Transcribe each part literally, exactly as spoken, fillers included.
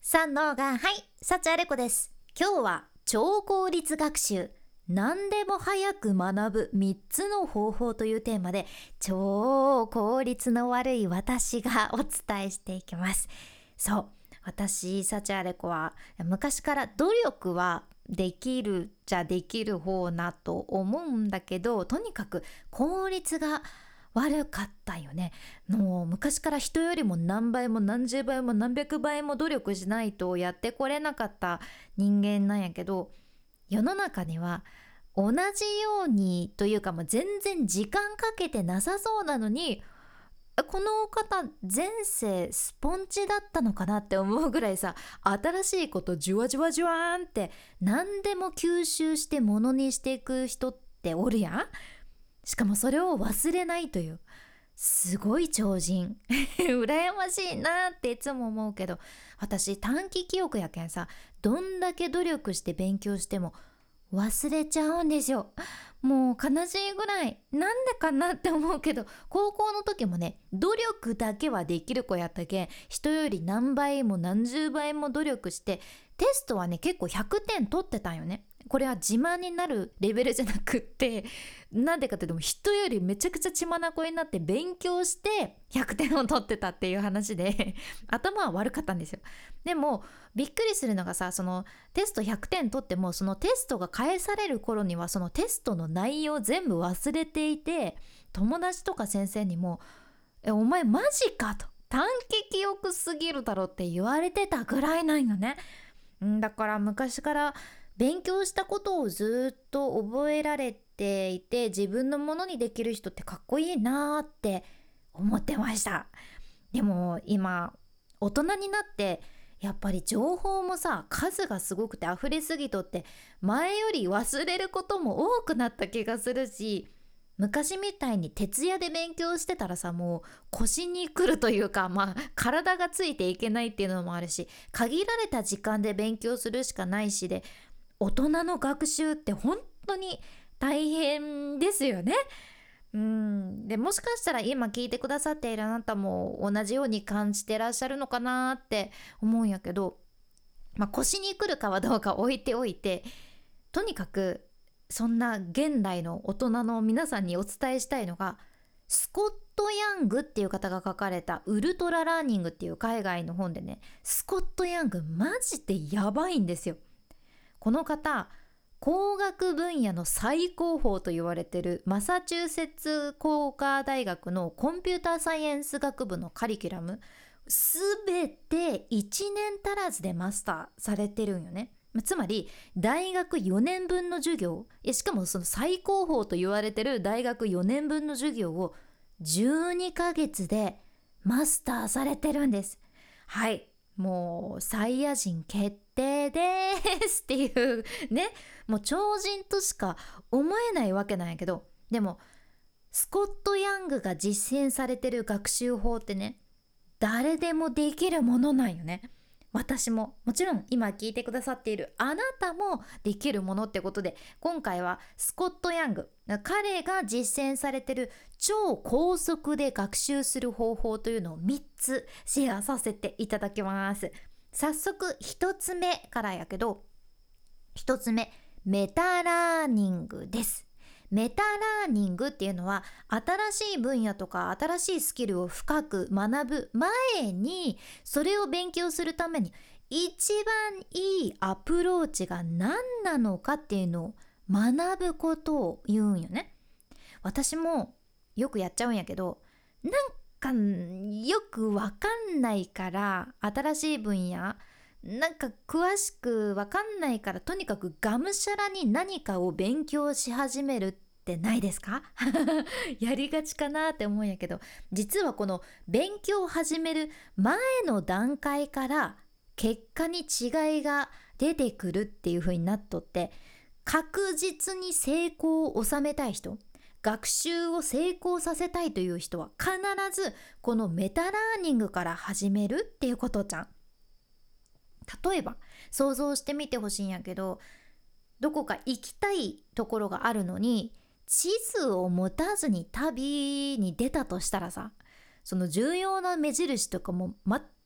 さんのがはい、幸あれ子です。今日は超効率学習、何でも早く学ぶみっつの方法というテーマで、超効率の悪い私がお伝えしていきます。そう、私幸あれ子は昔から努力はできるじゃできる方なと思うんだけど、とにかく効率が悪かったよね。もう昔から人よりも何倍も何十倍も何百倍も努力しないとやってこれなかった人間なんやけど、世の中には同じようにというか、もう全然時間かけてなさそうなのに、この方前世スポンジだったのかなって思うぐらいさ、新しいことじゅわじゅわじゅわーんって何でも吸収してものにしていく人っておるやん。しかもそれを忘れないという、すごい超人羨ましいなっていつも思うけど、私短期記憶やけんさ、どんだけ努力して勉強しても忘れちゃうんですよ。もう悲しいぐらい、なんでかなって思うけど、高校の時もね、努力だけはできる子やったけん、人より何倍も何十倍も努力して、テストはね結構ひゃくてん取ってたんよね。これは自慢になるレベルじゃなくって、なんでかっていうと、人よりめちゃくちゃ血眼になって勉強してひゃくてんを取ってたっていう話で頭は悪かったんですよ。でもびっくりするのがさ、そのテストひゃくてん取っても、そのテストが返される頃にはそのテストの内容全部忘れていて、友達とか先生にもえお前マジかと、短期記憶すぎるだろって言われてたぐらいなんよね。んだから昔から勉強したことをずっと覚えられていて、自分のものにできる人ってかっこいいなーって思ってました。でも今大人になって、やっぱり情報もさ数がすごくて溢れすぎとって、前より忘れることも多くなった気がするし、昔みたいに徹夜で勉強してたらさ、もう腰にくるというか、まあ体がついていけないっていうのもあるし、限られた時間で勉強するしかないしで、大人の学習って本当に大変ですよね。うんでもしかしたら今聞いてくださっているあなたも同じように感じてらっしゃるのかなって思うんやけど、まあ、腰にくるかはどうか置いておいて、とにかくそんな現代の大人の皆さんにお伝えしたいのが、スコット・ヤングっていう方が書かれたウルトララーニングっていう海外の本でね、スコット・ヤングマジでやばいんですよ。この方、工学分野の最高峰と言われているマサチューセッツ工科大学のコンピューターサイエンス学部のカリキュラムすべていちねん足らずでマスターされてるんよね。つまり大学よねんぶんの授業、しかもその最高峰と言われてる大学よねんぶんの授業をじゅうにかげつでマスターされてるんです。はい、もうサイヤ人決定ですっていうね、もう超人としか思えないわけなんやけど、でもスコット・ヤングが実践されてる学習法ってね、誰でもできるものなんよね。私ももちろん今聞いてくださっているあなたもできるものってことで、今回はスコット・ヤング、彼が実践されてる超高速で学習する方法というのをみっつシェアさせていただきます。早速ひとつめからやけど、ひとつめ、メタラーニングです。メタラーニングっていうのは、新しい分野とか新しいスキルを深く学ぶ前に、それを勉強するために一番いいアプローチが何なのかっていうのを学ぶことを言うんよね。私もよくやっちゃうんやけど、なんかよくわかんないから、新しい分野なんか詳しくわかんないから、とにかくがむしゃらに何かを勉強し始めるってないですかやりがちかなって思うんやけど、実はこの勉強を始める前の段階から結果に違いが出てくるっていう風になっとって、確実に成功を収めたい人、学習を成功させたいという人は必ずこのメタラーニングから始めるっていうことじゃん。例えば想像してみてほしいんやけど、どこか行きたいところがあるのに地図を持たずに旅に出たとしたらさ、その重要な目印とかも全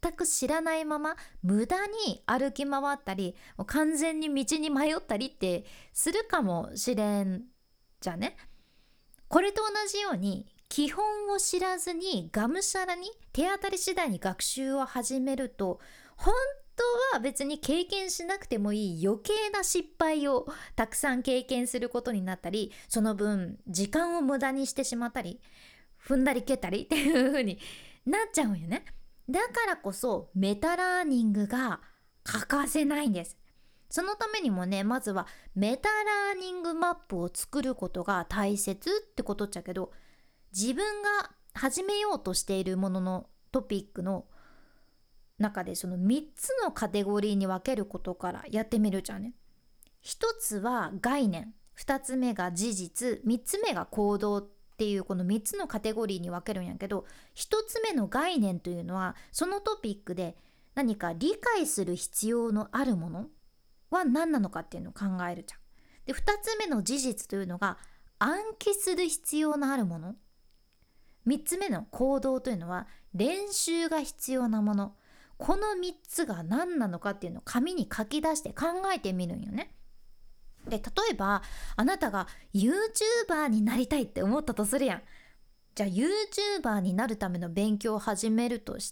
全く知らないまま無駄に歩き回ったり、もう完全に道に迷ったりってするかもしれんじゃね。これと同じように基本を知らずにがむしゃらに手当たり次第に学習を始めると、本当は別に経験しなくてもいい余計な失敗をたくさん経験することになったり、その分時間を無駄にしてしまったり、踏んだり蹴ったりっていう風になっちゃうんよね。だからこそメタラーニングが欠かせないんです。そのためにもね、まずはメタラーニングマップを作ることが大切ってことっちゃけど、自分が始めようとしているもののトピックの中でそのみっつのカテゴリーに分けることからやってみるじゃんね。ひとつは概念、ふたつめが事実、みっつめが行動っていうこのみっつのカテゴリーに分けるんやけど、ひとつめの概念というのはそのトピックで何か理解する必要のあるものは何なのかっていうのを考えるじゃん。で、ふたつめの事実というのが暗記する必要のあるもの。みっつめの行動というのは練習が必要なもの。このみっつが何なのかっていうのを紙に書き出して考えてみるんよね。で、例えばあなたが YouTuber になりたいって思ったとするやん。じゃあ YouTuber になるための勉強を始めるとして、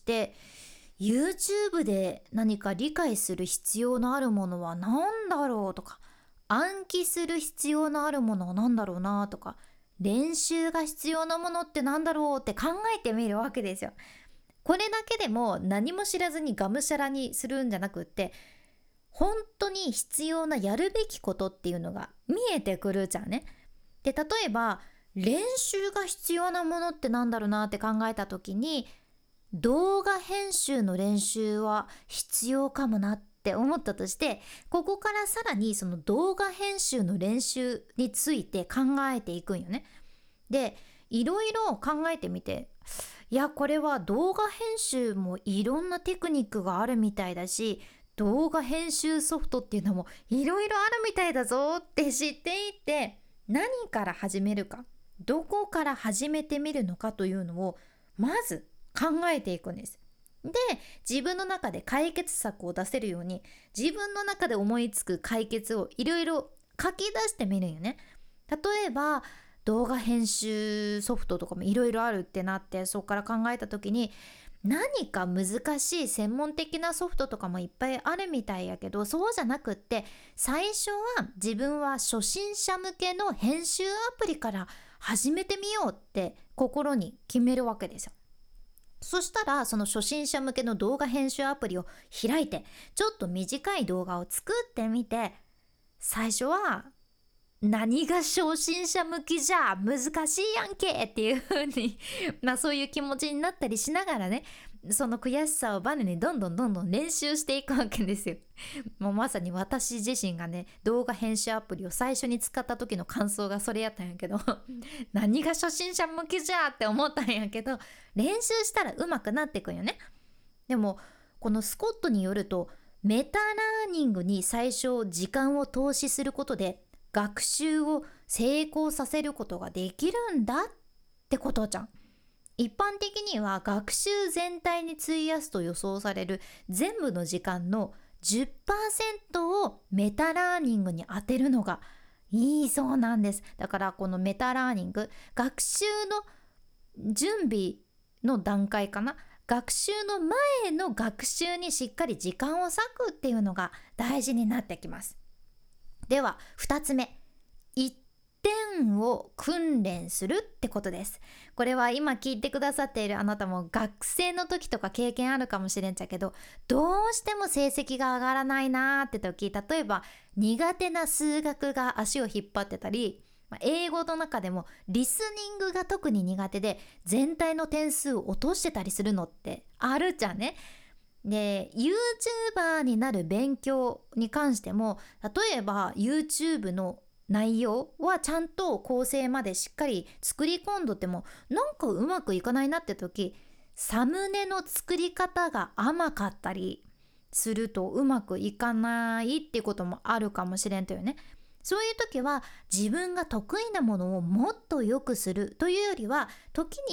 YouTube で何か理解する必要のあるものは何だろうとか、暗記する必要のあるものは何だろうなとか、練習が必要なものって何だろうって考えてみるわけですよ。これだけでも何も知らずにがむしゃらにするんじゃなくって、本当に必要なやるべきことっていうのが見えてくるじゃんね。で、例えば練習が必要なものってなんだろうなって考えた時に、動画編集の練習は必要かもなって思ったとして、ここからさらにその動画編集の練習について考えていくんよね。で、いろいろ考えてみて、いやこれは動画編集もいろんなテクニックがあるみたいだし、動画編集ソフトっていうのもいろいろあるみたいだぞって知っていて、何から始めるか、どこから始めてみるのかというのをまず考えていくんです。で、自分の中で解決策を出せるように、自分の中で思いつく解決をいろいろ書き出してみるんよね。例えば動画編集ソフトとかもいろいろあるってなって、そこから考えた時に、何か難しい専門的なソフトとかもいっぱいあるみたいやけど、そうじゃなくって、最初は自分は初心者向けの編集アプリから始めてみようって心に決めるわけですよ。そしたらその初心者向けの動画編集アプリを開いて、ちょっと短い動画を作ってみて、最初は何が初心者向きじゃ難しいやんけっていう風にまあそういう気持ちになったりしながらね、その悔しさをバネにどんどんどんどん練習していくわけですよ。もうまさに私自身がね、動画編集アプリを最初に使った時の感想がそれやったんやけど何が初心者向きじゃって思ったんやけど、練習したら上手くなっていくんよね。でもこのスコットによると、メタラーニングに最初時間を投資することで学習を成功させることができるんだってことじゃん。一般的には学習全体に費やすと予想される全部の時間の じゅっパーセント をメタラーニングに当てるのがいいそうなんです。だからこのメタラーニング、学習の準備の段階かな、学習の前の学習にしっかり時間を割くっていうのが大事になってきます。ではふたつめ、いってんを訓練するってことです。これは今聞いてくださっているあなたも学生の時とか経験あるかもしれんちゃけど、どうしても成績が上がらないなーって時、例えば苦手な数学が足を引っ張ってたり、英語の中でもリスニングが特に苦手で全体の点数を落としてたりするのってあるじゃんね。で、YouTuber になる勉強に関しても、例えば YouTube の内容はちゃんと構成までしっかり作り込んどってもなんかうまくいかないなって時、サムネの作り方が甘かったりするとうまくいかないっていうこともあるかもしれんというね。そういう時は自分が得意なものをもっと良くするというよりは、時に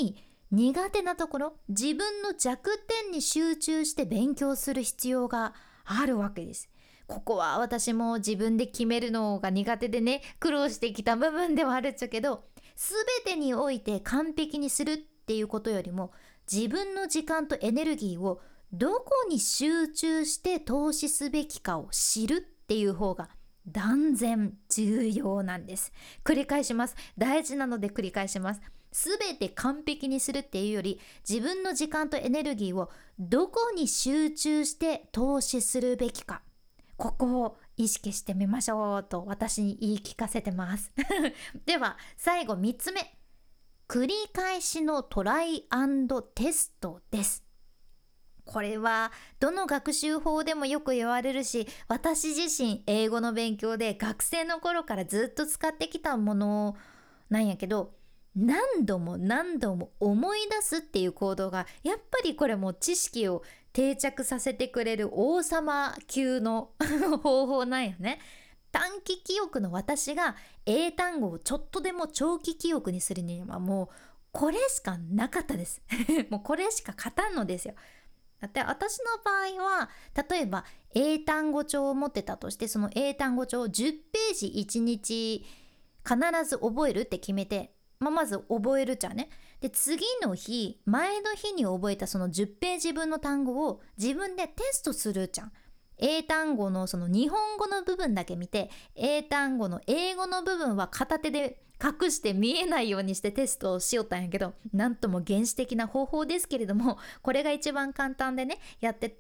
苦手なところ、自分の弱点に集中して勉強する必要があるわけです。ここは私も自分で決めるのが苦手でね、苦労してきた部分ではあるっちゃけど、全てにおいて完璧にするっていうことよりも、自分の時間とエネルギーをどこに集中して投資すべきかを知るっていう方が断然重要なんです。繰り返します。大事なので繰り返します。すべて完璧にするっていうより、自分の時間とエネルギーをどこに集中して投資するべきか、ここを意識してみましょうと私に言い聞かせてますでは最後みっつめ、繰り返しのトライアンドテストです。これはどの学習法でもよく言われるし、私自身英語の勉強で学生の頃からずっと使ってきたものなんやけど、何度も何度も思い出すっていう行動がやっぱりこれも知識を定着させてくれる王様級の方法なんよね。短期記憶の私が英単語をちょっとでも長期記憶にするにはもうこれしかなかったですもうこれしか勝たんのですよ。だって私の場合は例えば英単語帳を持ってたとして、その英単語帳をじゅっページいちにち必ず覚えるって決めて、まあ、まず覚えるじゃんね。で次の日、前の日に覚えたそのじゅっページ分の単語を自分でテストするじゃん。英単語のその日本語の部分だけ見て、英単語の英語の部分は片手で隠して見えないようにしてテストをしよったんやけど、なんとも原始的な方法ですけれども、これが一番簡単でね、やってって、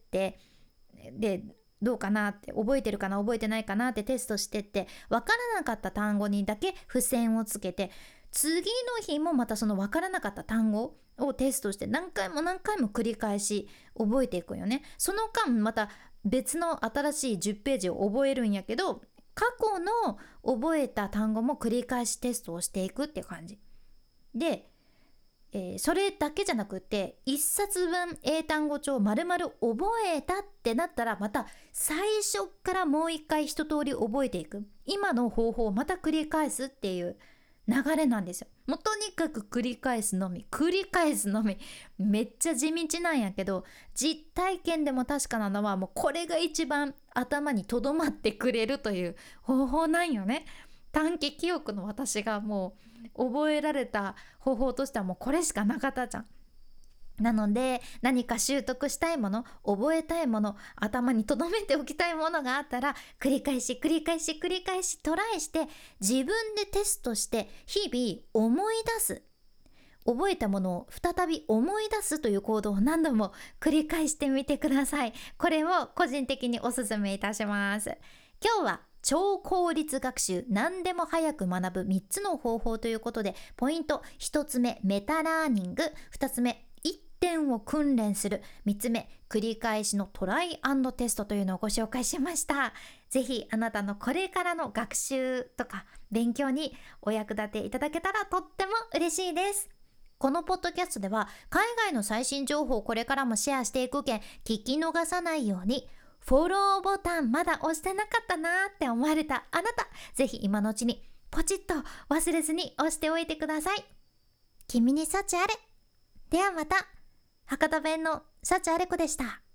でどうかなって、覚えてるかな覚えてないかなってテストしてって、分からなかった単語にだけ付箋をつけて、次の日もまたその分からなかった単語をテストして何回も何回も繰り返し覚えていくよね。その間また別の新しいじゅっページを覚えるんやけど、過去の覚えた単語も繰り返しテストをしていくって感じで、えー、それだけじゃなくっていっさつぶん英単語帳丸々覚えたってなったら、また最初からもう一回一通り覚えていく、今の方法をまた繰り返すっていう流れなんですよ。もうとにかく繰り返すのみ繰り返すのみ、めっちゃ地道なんやけど、実体験でも確かなのはもうこれが一番頭にとどまってくれるという方法なんよね。短期記憶の私がもう覚えられた方法としてはもうこれしかなかったじゃん。なので何か習得したいもの、覚えたいもの、頭に留めておきたいものがあったら、繰り返し繰り返し繰り返しトライして自分でテストして日々思い出す、覚えたものを再び思い出すという行動を何度も繰り返してみてください。これを個人的にお勧めいたします。今日は超効率学習、何でも早く学ぶみっつの方法ということで、ポイントひとつめメタラーニング、ふたつめいってんを訓練する、みっつめ繰り返しのトライアンドテストというのをご紹介しました。ぜひあなたのこれからの学習とか勉強にお役立ていただけたらとっても嬉しいです。このポッドキャストでは海外の最新情報をこれからもシェアしていくけん、聞き逃さないようにフォローボタンまだ押してなかったなーって思われたあなた、ぜひ今のうちにポチッと忘れずに押しておいてください。君に幸あれ。ではまた。博多弁の幸あれ子でした。